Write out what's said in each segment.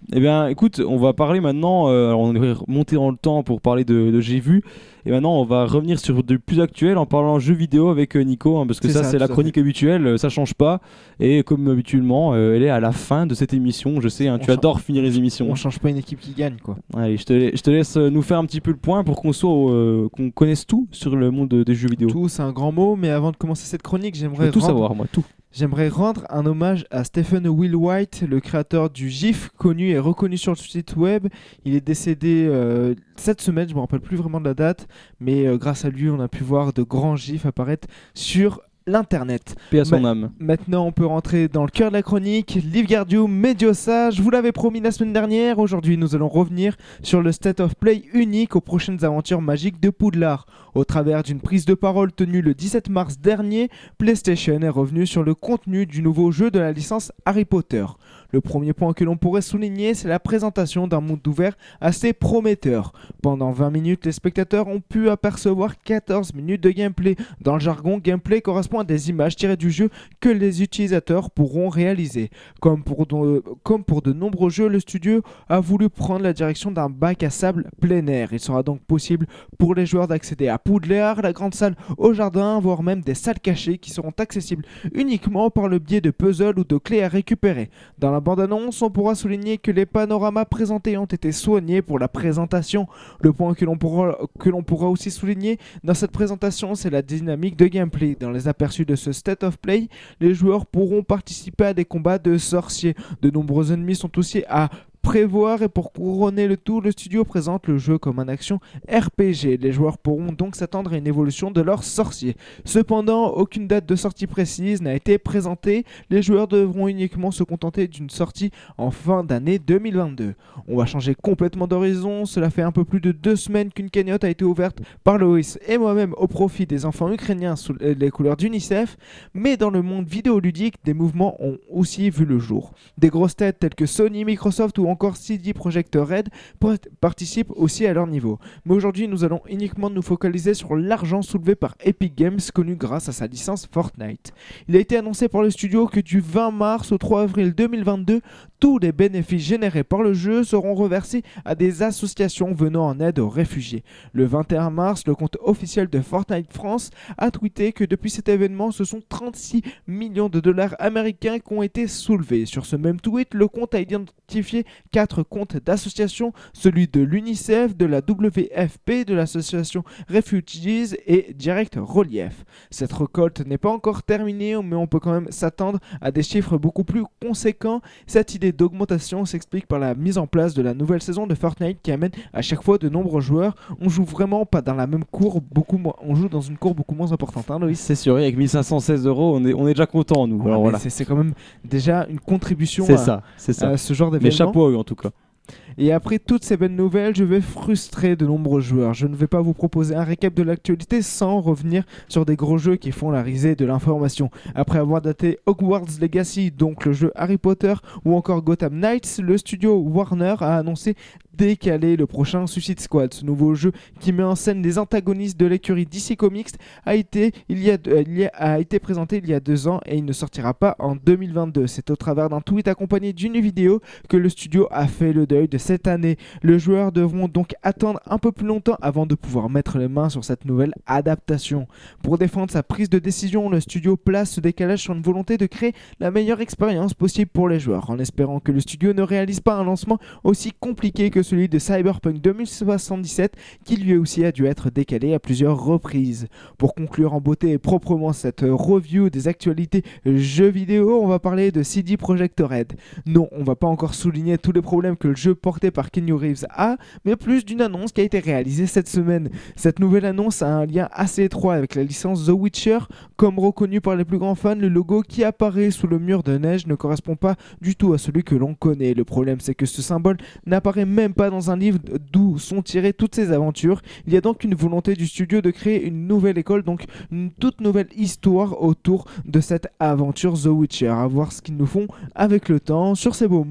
Eh bien, écoute, on va parler maintenant. Alors on est remonté dans le temps pour parler de J'ai vu. Et maintenant, on va revenir sur du plus actuel en parlant jeux vidéo avec Nico, hein, parce que C'est ça, ça, c'est la tout à fait. chronique habituelle, ça change pas. Et comme habituellement, elle est à la fin de cette émission. Je sais, hein, On, tu cha- adores finir les on émissions. change pas une équipe qui gagne, quoi. Allez, je te laisse nous faire un petit peu le point pour qu'on connaisse tout sur le monde des jeux vidéo. Tout, c'est un grand mot, mais avant de commencer cette chronique, Je veux tout savoir, moi, tout. j'aimerais rendre un hommage à Stephen Will White, le créateur du GIF, connu et reconnu sur le site web. Il est décédé cette semaine, je me rappelle plus vraiment de la date, mais grâce à lui, on a pu voir de grands GIFs apparaître sur l'internet. Paix à son Ma- âme. Maintenant, on peut rentrer dans le cœur de la chronique. Livgardium Mediosa, je vous l'avais promis la semaine dernière. Aujourd'hui, nous allons revenir sur le State of Play unique aux prochaines aventures magiques de Poudlard. Au travers d'une prise de parole tenue le 17 mars dernier, PlayStation est revenu sur le contenu du nouveau jeu de la licence Harry Potter. Le premier point que l'on pourrait souligner, c'est la présentation d'un monde ouvert assez prometteur. Pendant 20 minutes, les spectateurs ont pu apercevoir 14 minutes de gameplay. Dans le jargon, gameplay correspond à des images tirées du jeu que les utilisateurs pourront réaliser. Comme pour de nombreux jeux, le studio a voulu prendre la direction d'un bac à sable plein air. Il sera donc possible pour les joueurs d'accéder à Poudlard, la grande salle au jardin, voire même des salles cachées qui seront accessibles uniquement par le biais de puzzles ou de clés à récupérer. Dans la bande-annonce, on pourra souligner que les panoramas présentés ont été soignés pour la présentation. Le point que l'on pourra aussi souligner dans cette présentation, c'est la dynamique de gameplay. Dans les aperçus de ce State of Play, les joueurs pourront participer à des combats de sorciers. De nombreux ennemis sont aussi à prévoir et pour couronner le tout, le studio présente le jeu comme un action RPG. Les joueurs pourront donc s'attendre à une évolution de leur sorcier. Cependant, aucune date de sortie précise n'a été présentée. Les joueurs devront uniquement se contenter d'une sortie en fin d'année 2022. On va changer complètement d'horizon. Cela fait un peu plus de 2 semaines qu'une cagnotte a été ouverte par Loïs et moi-même au profit des enfants ukrainiens sous les couleurs d'UNICEF. Mais dans le monde vidéoludique, des mouvements ont aussi vu le jour. Des grosses têtes telles que Sony, Microsoft ou encore CD Projekt Red participent aussi à leur niveau. Mais aujourd'hui, nous allons uniquement nous focaliser sur l'argent soulevé par Epic Games, connu grâce à sa licence Fortnite. Il a été annoncé par le studio que du 20 mars au 3 avril 2022, tous les bénéfices générés par le jeu seront reversés à des associations venant en aide aux réfugiés. Le 21 mars, le compte officiel de Fortnite France a tweeté que depuis cet événement, ce sont 36 millions de dollars américains qui ont été soulevés. Sur ce même tweet, le compte a identifié 4 comptes d'associations, celui de l'UNICEF, de la WFP, de l'association Refugees et Direct Relief. Cette récolte n'est pas encore terminée, mais on peut quand même s'attendre à des chiffres beaucoup plus conséquents. Cette idée d'augmentation s'explique par la mise en place de la nouvelle saison de Fortnite qui amène à chaque fois de nombreux joueurs. On joue vraiment pas dans la même courbe, on joue dans une courbe beaucoup moins importante, hein, Loïs? C'est sûr, avec 1516 euros, on est déjà content, nous. Ouais, Alors mais voilà. c'est quand même déjà une contribution C'est ça. à ce genre Mais d'événement. chapeau à eux en tout cas. Et après toutes ces belles nouvelles, je vais frustrer de nombreux joueurs. Je ne vais pas vous proposer un récap de l'actualité sans revenir sur des gros jeux qui font la risée de l'information. Après avoir daté Hogwarts Legacy, donc le jeu Harry Potter, ou encore Gotham Knights, le studio Warner a annoncé décaler le prochain Suicide Squad. Ce nouveau jeu qui met en scène les antagonistes de l'écurie DC Comics a été présenté il y a 2 ans et il ne sortira pas en 2022. C'est au travers d'un tweet accompagné d'une vidéo que le studio a fait le deuil de cette année. Les joueurs devront donc attendre un peu plus longtemps avant de pouvoir mettre les mains sur cette nouvelle adaptation. Pour défendre sa prise de décision, le studio place ce décalage sur une volonté de créer la meilleure expérience possible pour les joueurs, en espérant que le studio ne réalise pas un lancement aussi compliqué que celui de Cyberpunk 2077 qui lui aussi a dû être décalé à plusieurs reprises. Pour conclure en beauté et proprement cette review des actualités jeux vidéo, on va parler de CD Projekt Red. Non, on va pas encore souligner tous les problèmes que le jeu porté par Keanu Reeves a, mais plus d'une annonce qui a été réalisée cette semaine. Cette nouvelle annonce a un lien assez étroit avec la licence The Witcher. Comme reconnu par les plus grands fans, le logo qui apparaît sous le mur de neige ne correspond pas du tout à celui que l'on connaît. Le problème, c'est que ce symbole n'apparaît même pas dans un livre d'où sont tirées toutes ces aventures. Il y a donc une volonté du studio de créer une nouvelle école, donc une toute nouvelle histoire autour de cette aventure The Witcher. À voir ce qu'ils nous font avec le temps. Sur ces beaux mots,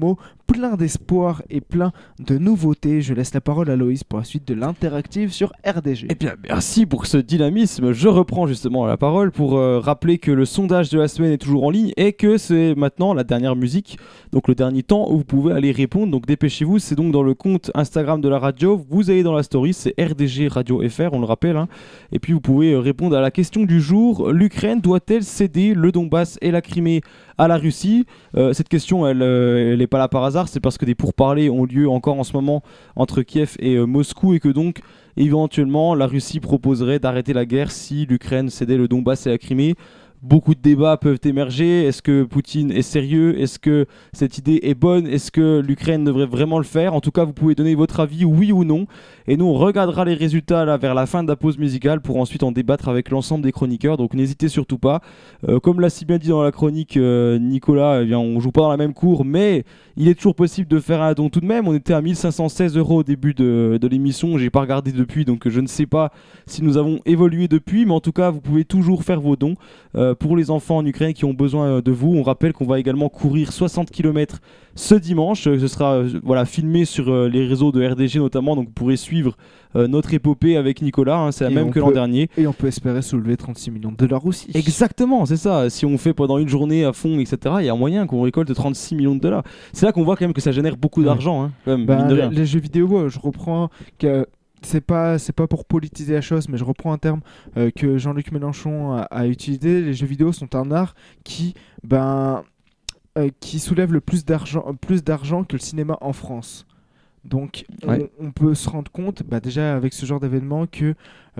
plein d'espoir et plein de nouveautés. Je laisse la parole à Loïs pour la suite de l'interactive sur RDG. Eh bien, merci pour ce dynamisme. Je reprends justement la parole pour rappeler que le sondage de la semaine est toujours en ligne et que c'est maintenant la dernière musique, donc le dernier temps où vous pouvez aller répondre. Donc dépêchez-vous, c'est donc dans le compte Instagram de la radio. Vous allez dans la story, c'est RDG Radio FR, on le rappelle. Et puis vous pouvez répondre à la question du jour. L'Ukraine doit-elle céder le Donbass et la Crimée à la Russie? Cette question, elle n'est pas là par hasard, c'est parce que des pourparlers ont lieu encore en ce moment entre Kiev et Moscou et que donc éventuellement la Russie proposerait d'arrêter la guerre si l'Ukraine cédait le Donbass et la Crimée. Beaucoup de débats peuvent émerger. Est-ce que Poutine est sérieux? Est-ce que cette idée est bonne? Est-ce que l'Ukraine devrait vraiment le faire? En tout cas, vous pouvez donner votre avis, oui ou non. Et nous, on regardera les résultats là, vers la fin de la pause musicale pour ensuite en débattre avec l'ensemble des chroniqueurs. Donc n'hésitez surtout pas. Comme l'a si bien dit dans la chronique Nicolas, eh bien, on joue pas dans la même cour, mais il est toujours possible de faire un don tout de même. On était à 1516 € au début de l'émission. J'ai pas regardé depuis, donc je ne sais pas si nous avons évolué depuis. Mais en tout cas, vous pouvez toujours faire vos dons. Pour les enfants en Ukraine qui ont besoin de vous. On rappelle qu'on va également courir 60 km ce dimanche. Ce sera filmé sur les réseaux de RDG notamment, donc vous pourrez suivre notre épopée avec Nicolas, c'est la même que l'an dernier. Et on peut espérer soulever 36 millions de dollars aussi. Exactement, c'est ça. Si on fait pendant une journée à fond, etc., il y a moyen qu'on récolte 36 millions de dollars. C'est là qu'on voit quand même que ça génère beaucoup d'argent. Quand même, mine de rien. Les jeux vidéo, je reprends que... C'est pas pour politiser la chose, mais je reprends un terme que Jean-Luc Mélenchon a utilisé. Les jeux vidéo sont un art qui soulève le plus d'argent que le cinéma en France. Donc on peut se rendre compte déjà avec ce genre d'événement que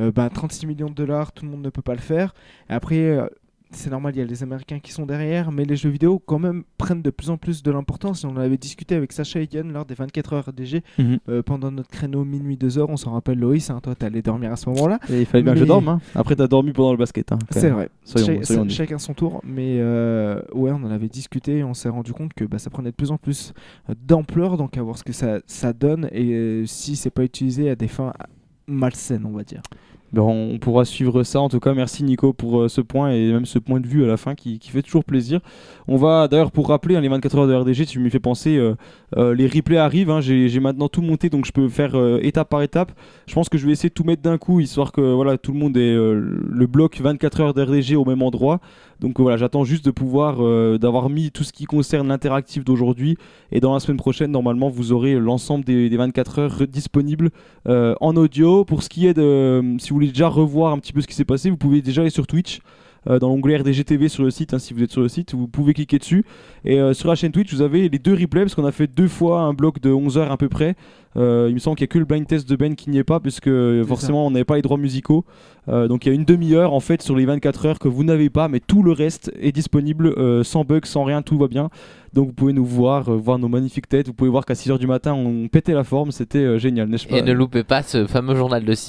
36 millions de dollars, tout le monde ne peut pas le faire. Et après, c'est normal, il y a les Américains qui sont derrière, mais les jeux vidéo quand même prennent de plus en plus de l'importance. Et on en avait discuté avec Sacha et Yann lors des 24 heures RDG pendant notre créneau minuit 2h. On s'en rappelle, Loïs, toi t'allais dormir à ce moment-là. Et il fallait bien que je dorme. Après t'as dormi pendant le basket. C'est vrai, soyons chacun son tour. Mais on en avait discuté et on s'est rendu compte que ça prenait de plus en plus d'ampleur. Donc à voir ce que ça donne et si c'est pas utilisé à des fins malsaines, on va dire. On pourra suivre ça. En tout cas, merci Nico pour ce point et même ce point de vue à la fin qui fait toujours plaisir. On va d'ailleurs, pour rappeler les 24 heures de RDG, tu me fais penser, les replays arrivent. J'ai maintenant tout monté, donc je peux faire étape par étape. Je pense que je vais essayer de tout mettre d'un coup, histoire que tout le monde ait le bloc 24 heures de RDG au même endroit. Donc j'attends juste de pouvoir d'avoir mis tout ce qui concerne l'interactif d'aujourd'hui. Et dans la semaine prochaine, normalement, vous aurez l'ensemble des 24 heures disponibles en audio. Pour ce qui est de... si vous voulez déjà revoir un petit peu ce qui s'est passé, vous pouvez déjà aller sur Twitch. Dans l'onglet RDG TV sur le site, si vous êtes sur le site, vous pouvez cliquer dessus. Et sur la chaîne Twitch, vous avez les deux replays, parce qu'on a fait 2 fois un bloc de 11 heures à peu près. Il me semble qu'il n'y a que le blind test de Ben qui n'y est pas, puisque forcément on n'avait pas les droits musicaux. Donc il y a une demi-heure en fait sur les 24 heures que vous n'avez pas, mais tout le reste est disponible sans bug, sans rien, tout va bien. Donc vous pouvez nous voir nos magnifiques têtes. Vous pouvez voir qu'à 6h du matin on pétait la forme, c'était génial, n'est-ce pas? Et ne loupez pas ce fameux journal de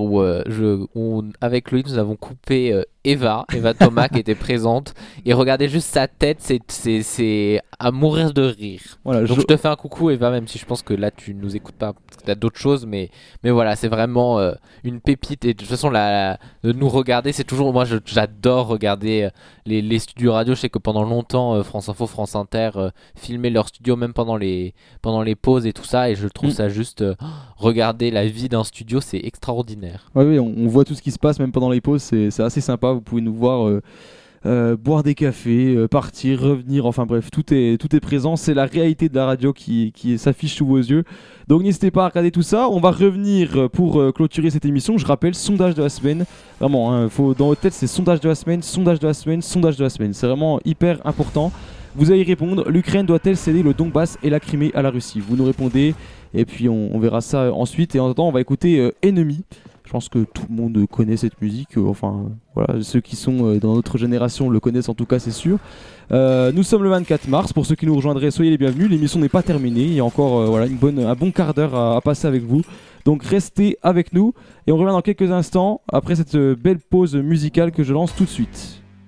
6h où avec Loïc nous avons coupé Eva Thomas qui était présente, et regardez juste sa tête, c'est à mourir de rire. Voilà, donc je te fais un coucou Eva, même si je pense que là tu nous écoutes pas parce que tu as d'autres choses, mais voilà, c'est vraiment une pépite. Et de toute façon de nous regarder, c'est toujours, moi j'adore regarder les studios radio. Je sais que pendant longtemps France Info, France Inter filmaient leur studio même pendant les pauses et tout ça, et je trouve ça juste regarder la vie d'un studio, c'est extraordinaire. Oui, on voit tout ce qui se passe même pendant les pauses, c'est assez sympa. Vous pouvez nous voir boire des cafés, partir, revenir, enfin bref, tout est présent. C'est la réalité de la radio qui s'affiche sous vos yeux. Donc n'hésitez pas à regarder tout ça. On va revenir pour clôturer cette émission. Je rappelle, sondage de la semaine. Vraiment, faut, dans votre tête, c'est sondage de la semaine, sondage de la semaine, sondage de la semaine. C'est vraiment hyper important. Vous allez y répondre. L'Ukraine doit-elle céder le Donbass et la Crimée à la Russie? Vous nous répondez et puis on verra ça ensuite. Et en attendant, on va écouter Ennemi. Je pense que tout le monde connaît cette musique, ceux qui sont dans notre génération le connaissent en tout cas, c'est sûr. Nous sommes le 24 mars, pour ceux qui nous rejoindraient, soyez les bienvenus, l'émission n'est pas terminée, il y a encore un bon quart d'heure à passer avec vous. Donc restez avec nous et on revient dans quelques instants après cette belle pause musicale que je lance tout de suite.